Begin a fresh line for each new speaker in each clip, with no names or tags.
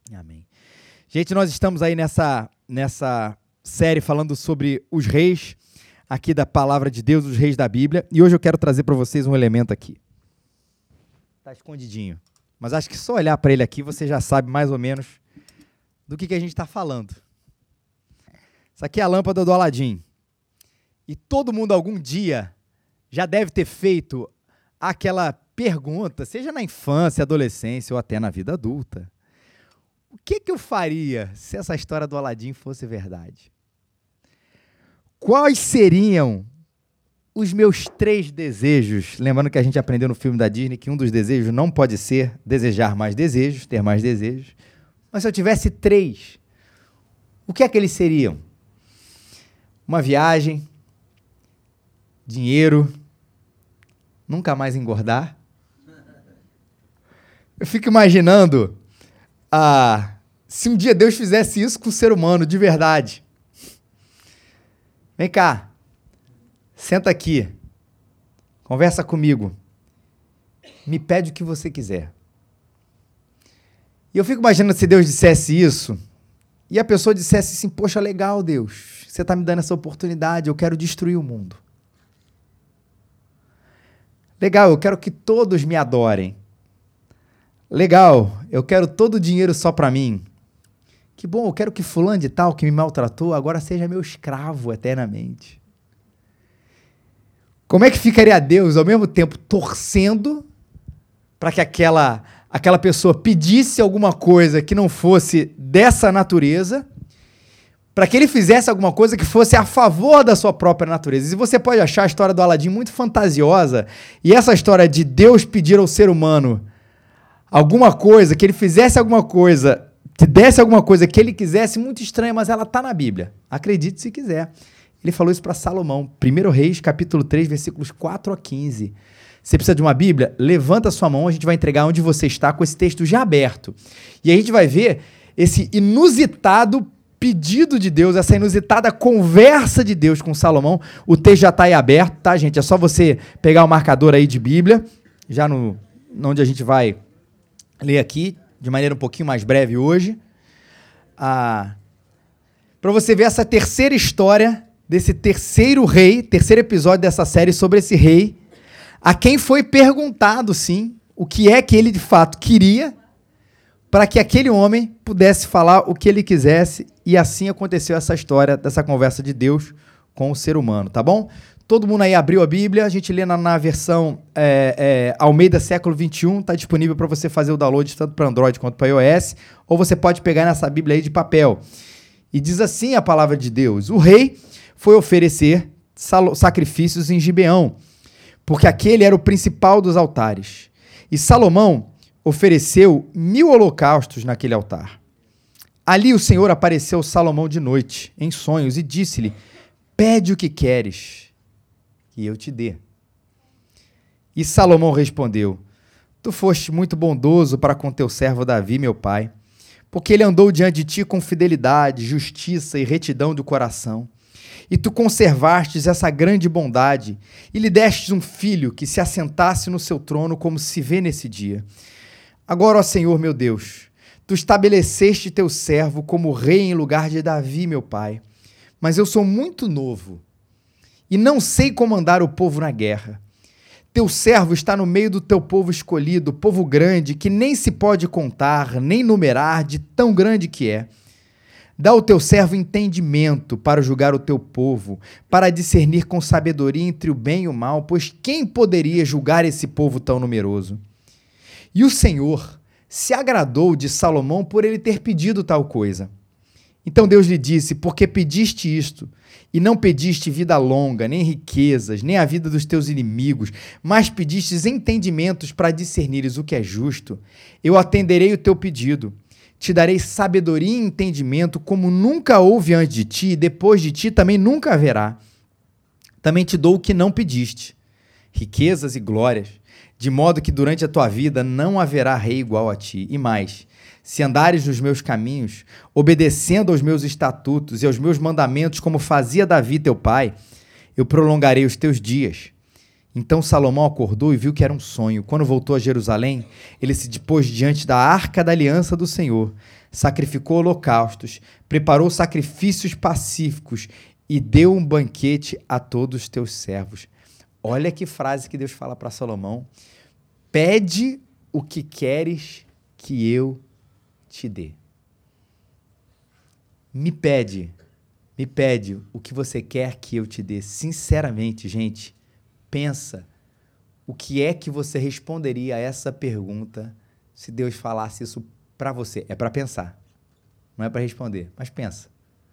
Amém. Gente, nós estamos aí nessa série falando sobre os reis aqui da Palavra de Deus, os reis da Bíblia, e hoje eu quero trazer para vocês um elemento aqui. Está escondidinho, mas acho que só olhar para ele aqui você já sabe mais ou menos do que a gente está falando. Isso aqui é a lâmpada do Aladim. E todo mundo algum dia já deve ter feito aquela pergunta, seja na infância, adolescência ou até na vida adulta. O que eu faria se essa história do Aladim fosse verdade? Quais seriam os meus 3 desejos? Lembrando que a gente aprendeu no filme da Disney que um dos desejos não pode ser desejar mais desejos, ter mais desejos. Mas se eu tivesse 3, o que é que eles seriam? Uma viagem, dinheiro, nunca mais engordar. Eu fico imaginando se um dia Deus fizesse isso com o ser humano, de verdade. Vem cá, senta aqui, conversa comigo, me pede o que você quiser. E eu fico imaginando se Deus dissesse isso, e a pessoa dissesse assim, poxa, legal, Deus, você está me dando essa oportunidade, eu quero destruir o mundo. Legal, eu quero que todos me adorem. Legal, eu quero todo o dinheiro só para mim. Que bom, eu quero que fulano de tal, que me maltratou, agora seja meu escravo eternamente. Como é que ficaria Deus, ao mesmo tempo, torcendo para que aquela pessoa pedisse alguma coisa que não fosse dessa natureza, para que ele fizesse alguma coisa que fosse a favor da sua própria natureza? E você pode achar a história do Aladim muito fantasiosa, e essa história de Deus pedir ao ser humano alguma coisa, que ele fizesse alguma coisa, que desse alguma coisa que ele quisesse, muito estranha, mas ela está na Bíblia. Acredite se quiser. Ele falou isso para Salomão, 1 Reis, capítulo 3, versículos 4 a 15. Você precisa de uma Bíblia? Levanta a sua mão, a gente vai entregar onde você está com esse texto já aberto. E a gente vai ver esse inusitado pedido de Deus, essa inusitada conversa de Deus com Salomão. O texto já está aí aberto, tá, gente? É só você pegar o marcador aí de Bíblia, já onde a gente vai ler aqui, de maneira um pouquinho mais breve hoje, para você ver essa terceira história desse terceiro rei, terceiro episódio dessa série sobre esse rei, a quem foi perguntado, sim, o que é que ele de fato queria, para que aquele homem pudesse falar o que ele quisesse, e assim aconteceu essa história dessa conversa de Deus com o ser humano, tá bom? Todo mundo aí abriu a Bíblia, a gente lê na versão Almeida século XXI, está disponível para você fazer o download tanto para Android quanto para iOS, ou você pode pegar nessa Bíblia aí de papel. E diz assim a palavra de Deus: o rei foi oferecer sacrifícios em Gibeão, porque aquele era o principal dos altares. E Salomão ofereceu 1000 holocaustos naquele altar. Ali o Senhor apareceu a Salomão de noite, em sonhos, e disse-lhe: pede o que queres, que eu te dê. E Salomão respondeu: tu foste muito bondoso para com teu servo Davi, meu pai, porque ele andou diante de ti com fidelidade, justiça e retidão do coração. E tu conservastes essa grande bondade, e lhe destes um filho que se assentasse no seu trono, como se vê nesse dia. Agora, ó Senhor meu Deus, tu estabeleceste teu servo como rei em lugar de Davi, meu pai, mas eu sou muito novo e não sei comandar o povo na guerra. Teu servo está no meio do teu povo escolhido, povo grande, que nem se pode contar, nem numerar, de tão grande que é. Dá ao teu servo entendimento para julgar o teu povo, para discernir com sabedoria entre o bem e o mal, pois quem poderia julgar esse povo tão numeroso? E o Senhor se agradou de Salomão por ele ter pedido tal coisa. Então Deus lhe disse: porque pediste isto, e não pediste vida longa, nem riquezas, nem a vida dos teus inimigos, mas pedistes entendimentos para discernires o que é justo, eu atenderei o teu pedido. Te darei sabedoria e entendimento como nunca houve antes de ti, e depois de ti também nunca haverá. Também te dou o que não pediste, riquezas e glórias, de modo que durante a tua vida não haverá rei igual a ti. E mais, se andares nos meus caminhos, obedecendo aos meus estatutos e aos meus mandamentos, como fazia Davi teu pai, eu prolongarei os teus dias Então Salomão acordou e viu que era um sonho. Quando voltou a Jerusalém, ele se dispôs diante da arca da aliança do Senhor, sacrificou holocaustos, preparou sacrifícios pacíficos e deu um banquete a todos os teus servos. Olha que frase que Deus fala para Salomão. Pede o que queres que eu te dê. Me pede o que você quer que eu te dê. Sinceramente, gente, pensa, o que é que você responderia a essa pergunta se Deus falasse isso para você? É para pensar, não é para responder, mas pensa.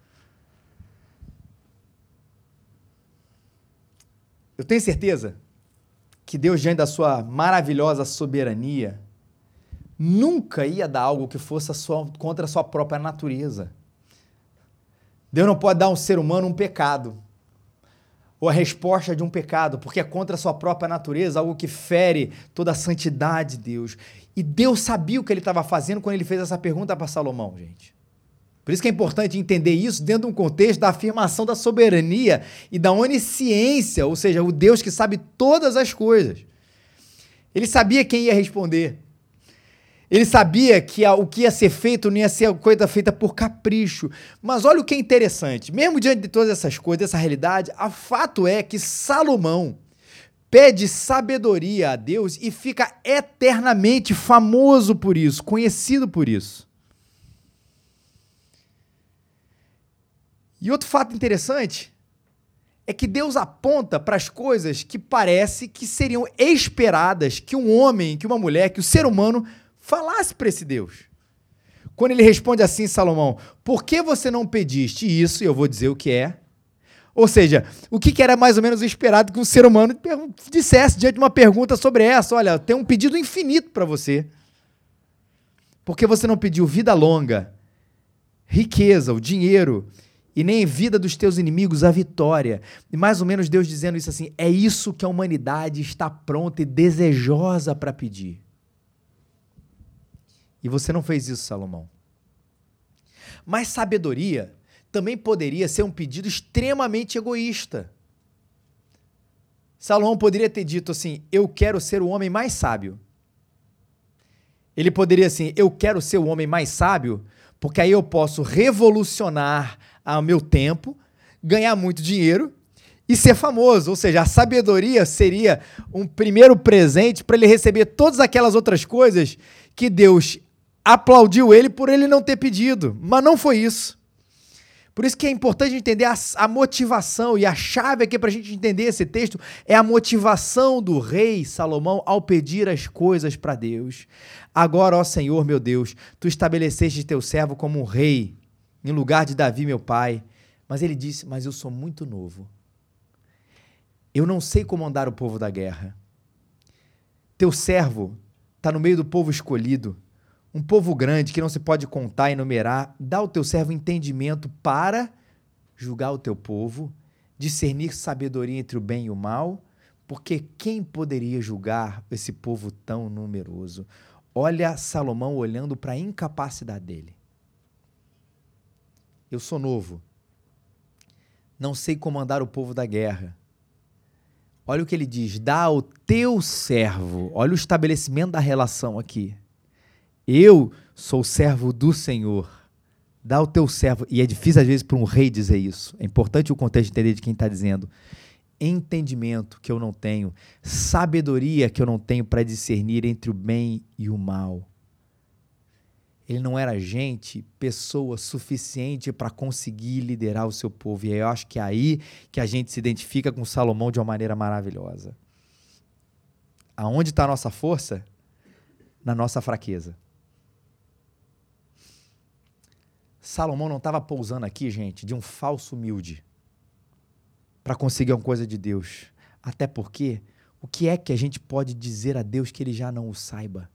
Eu tenho certeza que Deus, diante da sua maravilhosa soberania, nunca ia dar algo que fosse contra a sua própria natureza. Deus não pode dar ao ser humano um pecado, ou a resposta de um pecado, porque é contra a sua própria natureza, algo que fere toda a santidade de Deus. E Deus sabia o que ele estava fazendo quando ele fez essa pergunta para Salomão, gente. Por isso que é importante entender isso dentro de um contexto da afirmação da soberania e da onisciência, ou seja, o Deus que sabe todas as coisas. Ele sabia quem ia responder. Ele sabia que o que ia ser feito não ia ser coisa feita por capricho. Mas olha o que é interessante. Mesmo diante de todas essas coisas, dessa realidade, o fato é que Salomão pede sabedoria a Deus e fica eternamente famoso por isso, conhecido por isso. E outro fato interessante é que Deus aponta para as coisas que parece que seriam esperadas que um homem, que uma mulher, que o ser humano falasse para esse Deus. Quando ele responde assim, Salomão, por que você não pediste isso? E eu vou dizer o que é. Ou seja, o que era mais ou menos esperado que um ser humano dissesse diante de uma pergunta sobre essa? Olha, tem um pedido infinito para você. Por que você não pediu vida longa, riqueza, o dinheiro, e nem em vida dos teus inimigos a vitória? E mais ou menos Deus dizendo isso assim, é isso que a humanidade está pronta e desejosa para pedir. E você não fez isso, Salomão. Mas sabedoria também poderia ser um pedido extremamente egoísta. Salomão poderia ter dito assim, eu quero ser o homem mais sábio. Ele poderia assim, eu quero ser o homem mais sábio, porque aí eu posso revolucionar ao meu tempo, ganhar muito dinheiro e ser famoso. Ou seja, a sabedoria seria um primeiro presente para ele receber todas aquelas outras coisas que Deus aplaudiu ele por ele não ter pedido, mas não foi isso. Por isso que é importante entender a motivação, e a chave aqui para a gente entender esse texto é a motivação do rei Salomão ao pedir as coisas para Deus. Agora, ó Senhor, meu Deus, tu estabeleceste teu servo como um rei, em lugar de Davi, meu pai. Mas ele disse, mas eu sou muito novo. Eu não sei comandar o povo da guerra. Teu servo está no meio do povo escolhido, um povo grande que não se pode contar e numerar. Dá ao teu servo entendimento para julgar o teu povo, discernir sabedoria entre o bem e o mal, porque quem poderia julgar esse povo tão numeroso? Olha Salomão olhando para a incapacidade dele. Eu sou novo, não sei comandar o povo da guerra. Olha o que ele diz, dá ao teu servo, olha o estabelecimento da relação aqui. Eu sou servo do Senhor, dá ao teu servo, e é difícil às vezes para um rei dizer isso, é importante o contexto entender de quem está dizendo, entendimento que eu não tenho, sabedoria que eu não tenho para discernir entre o bem e o mal. Ele não era pessoa suficiente para conseguir liderar o seu povo, e eu acho que é aí que a gente se identifica com Salomão de uma maneira maravilhosa. Aonde está a nossa força? Na nossa fraqueza. Salomão não estava pousando aqui, gente, de um falso humilde para conseguir uma coisa de Deus. Até porque, o que é que a gente pode dizer a Deus que ele já não o saiba?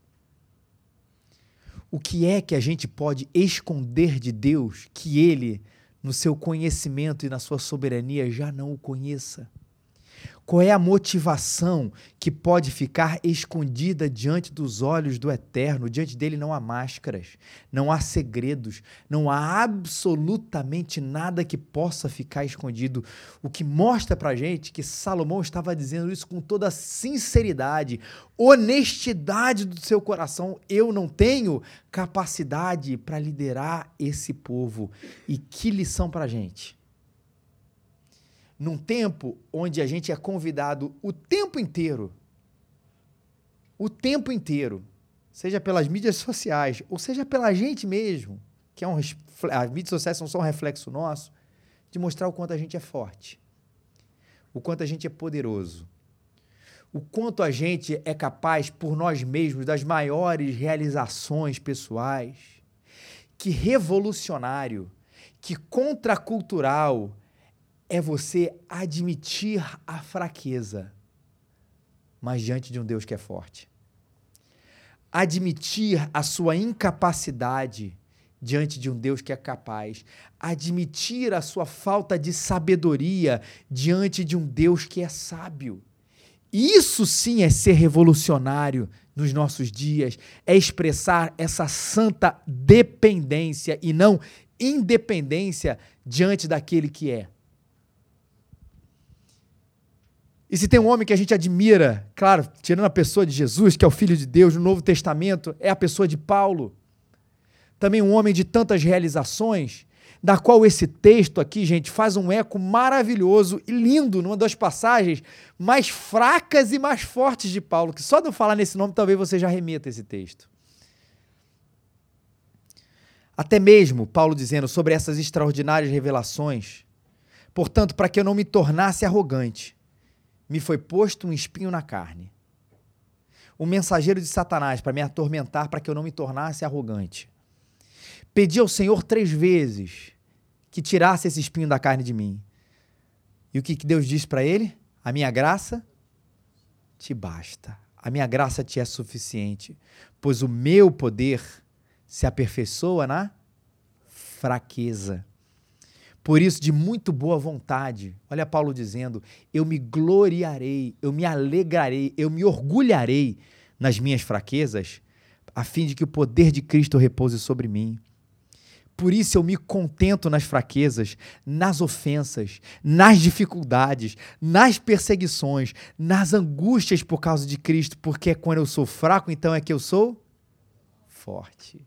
O que é que a gente pode esconder de Deus que ele, no seu conhecimento e na sua soberania, já não o conheça? Qual é a motivação que pode ficar escondida diante dos olhos do Eterno? Diante dele não há máscaras, não há segredos, não há absolutamente nada que possa ficar escondido. O que mostra pra gente que Salomão estava dizendo isso com toda sinceridade, honestidade do seu coração. Eu não tenho capacidade para liderar esse povo. E que lição pra gente. Num tempo onde a gente é convidado o tempo inteiro, seja pelas mídias sociais, ou seja pela gente mesmo, que as mídias sociais são só um reflexo nosso, de mostrar o quanto a gente é forte, o quanto a gente é poderoso, o quanto a gente é capaz, por nós mesmos, das maiores realizações pessoais. Que revolucionário, que contracultural é você admitir a fraqueza, mas diante de um Deus que é forte. Admitir a sua incapacidade diante de um Deus que é capaz. Admitir a sua falta de sabedoria diante de um Deus que é sábio. Isso sim é ser revolucionário nos nossos dias, é expressar essa santa dependência e não independência diante daquele que é. E se tem um homem que a gente admira, claro, tirando a pessoa de Jesus, que é o Filho de Deus, no Novo Testamento, é a pessoa de Paulo. Também um homem de tantas realizações, da qual esse texto aqui, gente, faz um eco maravilhoso e lindo numa das passagens mais fracas e mais fortes de Paulo, que só de eu falar nesse nome talvez você já remeta esse texto. Até mesmo Paulo dizendo sobre essas extraordinárias revelações, portanto, para que eu não me tornasse arrogante, me foi posto um espinho na carne. Um mensageiro de Satanás para me atormentar, para que eu não me tornasse arrogante. Pedi ao Senhor 3 vezes que tirasse esse espinho da carne de mim. E o que Deus disse para ele? A minha graça te basta. A minha graça te é suficiente, pois o meu poder se aperfeiçoa na fraqueza. Por isso, de muito boa vontade, olha Paulo dizendo, eu me gloriarei, eu me alegrarei, eu me orgulharei nas minhas fraquezas, a fim de que o poder de Cristo repouse sobre mim. Por isso eu me contento nas fraquezas, nas ofensas, nas dificuldades, nas perseguições, nas angústias por causa de Cristo, porque quando eu sou fraco, então é que eu sou forte.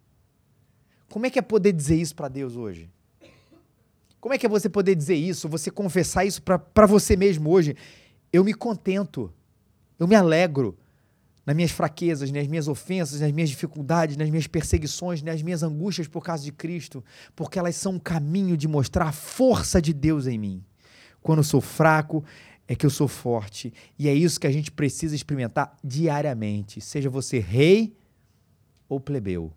Como é que é poder dizer isso para Deus hoje? Como é que é você poder dizer isso, você confessar isso para você mesmo hoje? Eu me contento, eu me alegro nas minhas fraquezas, nas minhas ofensas, nas minhas dificuldades, nas minhas perseguições, nas minhas angústias por causa de Cristo, porque elas são um caminho de mostrar a força de Deus em mim. Quando eu sou fraco, é que eu sou forte. E é isso que a gente precisa experimentar diariamente, seja você rei ou plebeu.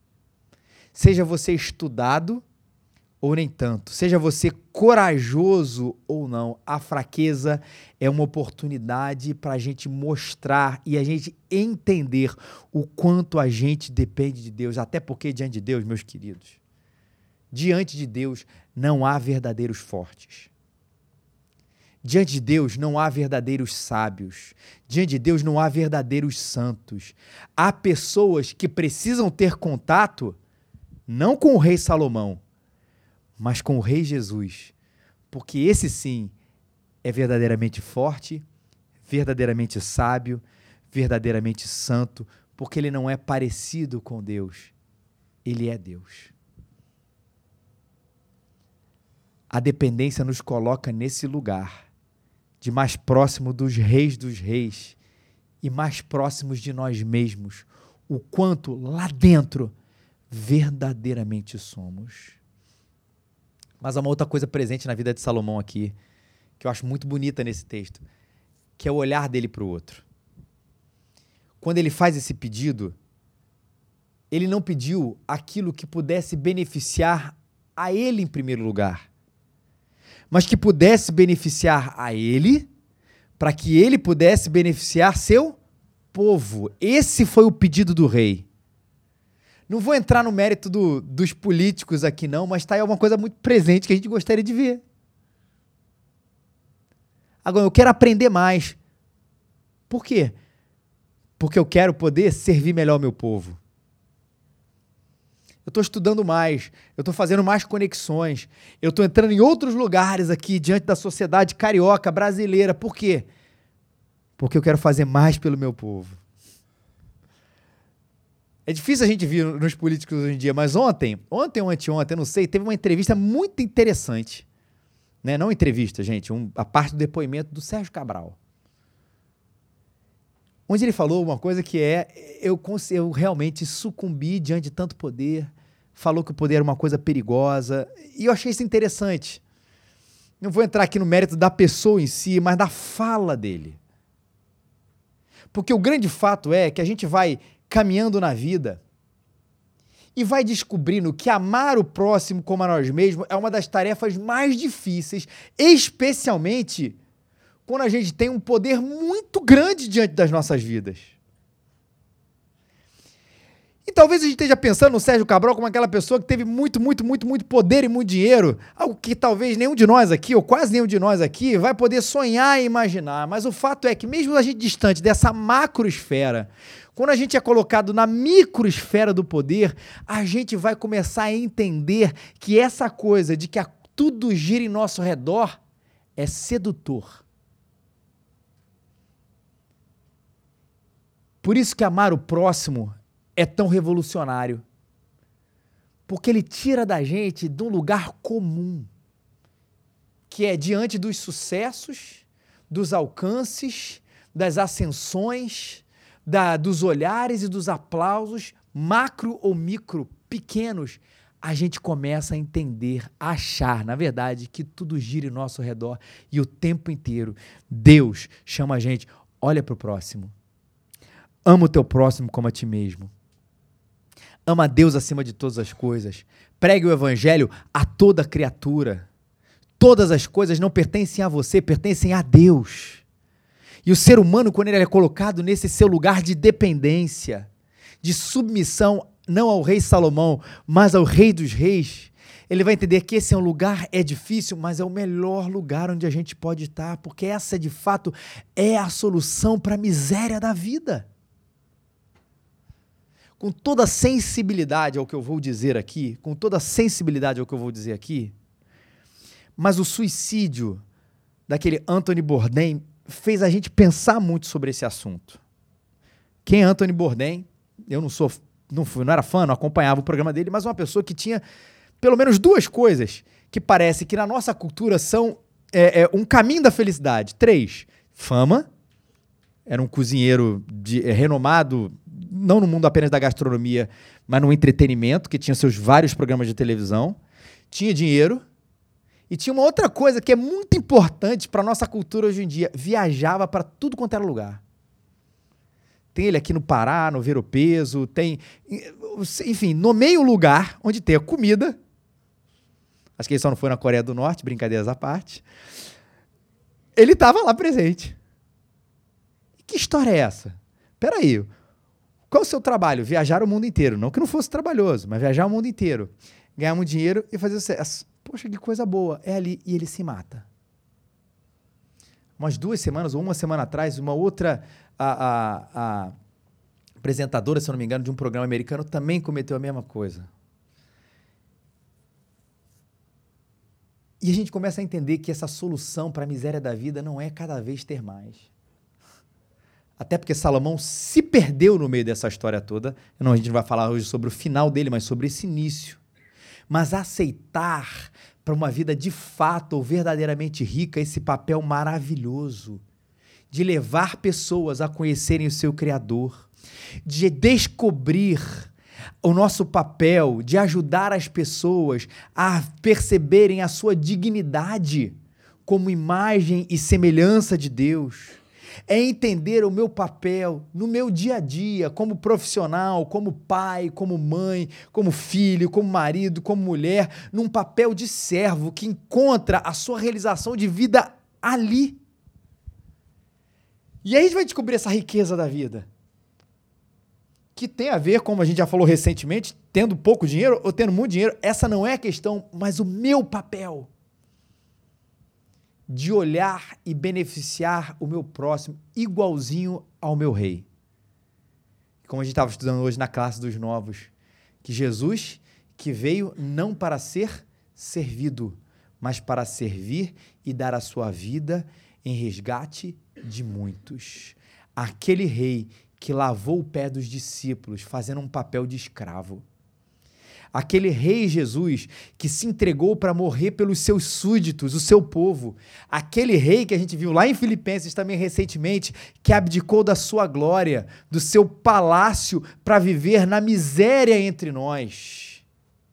Seja você estudado ou nem tanto. Seja você corajoso ou não, a fraqueza é uma oportunidade para a gente mostrar e a gente entender o quanto a gente depende de Deus, até porque diante de Deus, meus queridos, diante de Deus não há verdadeiros fortes. Diante de Deus não há verdadeiros sábios. Diante de Deus não há verdadeiros santos. Há pessoas que precisam ter contato não com o rei Salomão, mas com o rei Jesus, porque esse sim é verdadeiramente forte, verdadeiramente sábio, verdadeiramente santo, porque ele não é parecido com Deus, ele é Deus. A dependência nos coloca nesse lugar, de mais próximo dos reis e mais próximos de nós mesmos, o quanto lá dentro verdadeiramente somos. Mas há uma outra coisa presente na vida de Salomão aqui, que eu acho muito bonita nesse texto, que é o olhar dele para o outro. Quando ele faz esse pedido, ele não pediu aquilo que pudesse beneficiar a ele em primeiro lugar, mas que pudesse beneficiar a ele, para que ele pudesse beneficiar seu povo. Esse foi o pedido do rei. Não vou entrar no mérito dos políticos aqui não, mas está aí uma coisa muito presente que a gente gostaria de ver. Agora, eu quero aprender mais. Por quê? Porque eu quero poder servir melhor o meu povo. Eu estou estudando mais, eu estou fazendo mais conexões, eu estou entrando em outros lugares aqui, diante da sociedade carioca, brasileira. Por quê? Porque eu quero fazer mais pelo meu povo. É difícil a gente vir nos políticos hoje em dia, mas ontem ou anteontem, eu não sei, teve uma entrevista muito interessante. Né? Não entrevista, gente, a parte do depoimento do Sérgio Cabral. Onde ele falou uma coisa que eu realmente sucumbi diante de tanto poder, falou que o poder era uma coisa perigosa, e eu achei isso interessante. Não vou entrar aqui no mérito da pessoa em si, mas da fala dele. Porque o grande fato é que a gente vai caminhando na vida e vai descobrindo que amar o próximo como a nós mesmos é uma das tarefas mais difíceis, especialmente quando a gente tem um poder muito grande diante das nossas vidas. E talvez a gente esteja pensando no Sérgio Cabral como aquela pessoa que teve muito poder e muito dinheiro, algo que talvez nenhum de nós aqui, ou quase nenhum de nós aqui, vai poder sonhar e imaginar. Mas o fato é que mesmo a gente distante dessa macroesfera, quando a gente é colocado na microesfera do poder, a gente vai começar a entender que essa coisa de que tudo gira em nosso redor é sedutor. Por isso que amar o próximo é tão revolucionário. Porque ele tira da gente de um lugar comum, que é diante dos sucessos, dos alcances, das ascensões, dos olhares e dos aplausos, macro ou micro, pequenos, a gente começa a entender, a achar, na verdade, que tudo gira em nosso redor e o tempo inteiro Deus chama a gente, olha para o próximo. Ama o teu próximo como a ti mesmo. Ama a Deus acima de todas as coisas. Pregue o evangelho a toda criatura. Todas as coisas não pertencem a você, pertencem a Deus. E o ser humano, quando ele é colocado nesse seu lugar de dependência, de submissão, não ao rei Salomão, mas ao rei dos reis, ele vai entender que esse é um lugar, é difícil, mas é o melhor lugar onde a gente pode estar, porque essa, de fato, é a solução para a miséria da vida. Com toda a sensibilidade ao que eu vou dizer aqui, mas o suicídio daquele Anthony Bourdain fez a gente pensar muito sobre esse assunto. Quem é Anthony Bourdain? Eu não era fã, não acompanhava o programa dele, mas uma pessoa que tinha pelo menos duas coisas que parece que na nossa cultura são um caminho da felicidade. 3, fama, era um cozinheiro renomado, não no mundo apenas da gastronomia, mas no entretenimento, que tinha seus vários programas de televisão, tinha dinheiro, e tinha uma outra coisa que é muito importante para a nossa cultura hoje em dia, viajava para tudo quanto era lugar. Tem ele aqui no Pará, no Ver o Peso, tem, enfim, nomeia um lugar onde tem a comida, acho que ele só não foi na Coreia do Norte, brincadeiras à parte, ele estava lá presente. E que história é essa? Peraí, qual é o seu trabalho? Viajar o mundo inteiro. Não que não fosse trabalhoso, mas viajar o mundo inteiro. Ganhar muito dinheiro e fazer sucesso. Poxa, que coisa boa. É ali e ele se mata. Umas 2 semanas ou uma semana atrás, uma outra a apresentadora, se eu não me engano, de um programa americano também cometeu a mesma coisa. E a gente começa a entender que essa solução para a miséria da vida não é cada vez ter mais. Até porque Salomão se perdeu no meio dessa história toda. A gente não vai falar hoje sobre o final dele, mas sobre esse início. Mas aceitar para uma vida de fato ou verdadeiramente rica esse papel maravilhoso de levar pessoas a conhecerem o seu Criador, de descobrir o nosso papel, de ajudar as pessoas a perceberem a sua dignidade como imagem e semelhança de Deus. É entender o meu papel no meu dia a dia, como profissional, como pai, como mãe, como filho, como marido, como mulher, num papel de servo que encontra a sua realização de vida ali. E aí a gente vai descobrir essa riqueza da vida, que tem a ver, como a gente já falou recentemente, tendo pouco dinheiro ou tendo muito dinheiro, essa não é a questão, mas o meu papel de olhar e beneficiar o meu próximo igualzinho ao meu rei. Como a gente estava estudando hoje na classe dos novos, que Jesus que veio não para ser servido, mas para servir e dar a sua vida em resgate de muitos. Aquele rei que lavou o pé dos discípulos, fazendo um papel de escravo. Aquele rei Jesus que se entregou para morrer pelos seus súditos, o seu povo. Aquele rei que a gente viu lá em Filipenses também recentemente, que abdicou da sua glória, do seu palácio para viver na miséria entre nós.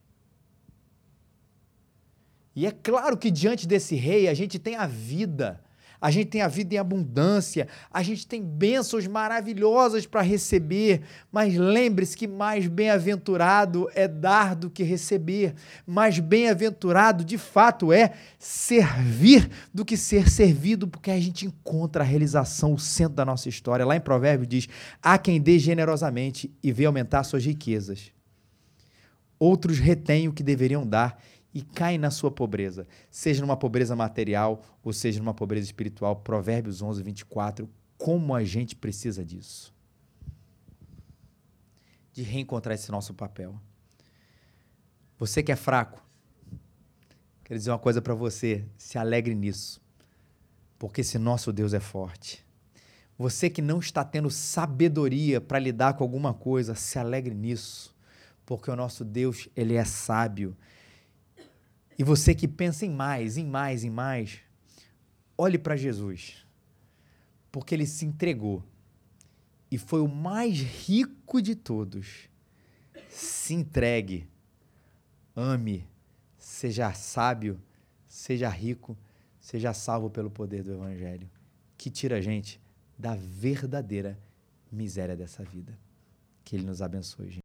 E é claro que diante desse rei a gente tem a vida em abundância, a gente tem bênçãos maravilhosas para receber, mas lembre-se que mais bem-aventurado é dar do que receber, mais bem-aventurado de fato é servir do que ser servido, porque a gente encontra a realização, o centro da nossa história. Lá em Provérbios diz, há quem dê generosamente e vê aumentar suas riquezas. Outros retêm o que deveriam dar e caem na sua pobreza, seja numa pobreza material ou seja numa pobreza espiritual. Provérbios 11, 24, como a gente precisa disso. De reencontrar esse nosso papel. Você que é fraco, quero dizer uma coisa para você, se alegre nisso, porque esse nosso Deus é forte. Você que não está tendo sabedoria para lidar com alguma coisa, se alegre nisso, porque o nosso Deus, ele é sábio. E você que pensa em mais, olhe para Jesus, porque ele se entregou e foi o mais rico de todos. Se entregue, ame, seja sábio, seja rico, seja salvo pelo poder do Evangelho, que tira a gente da verdadeira miséria dessa vida. Que ele nos abençoe, gente.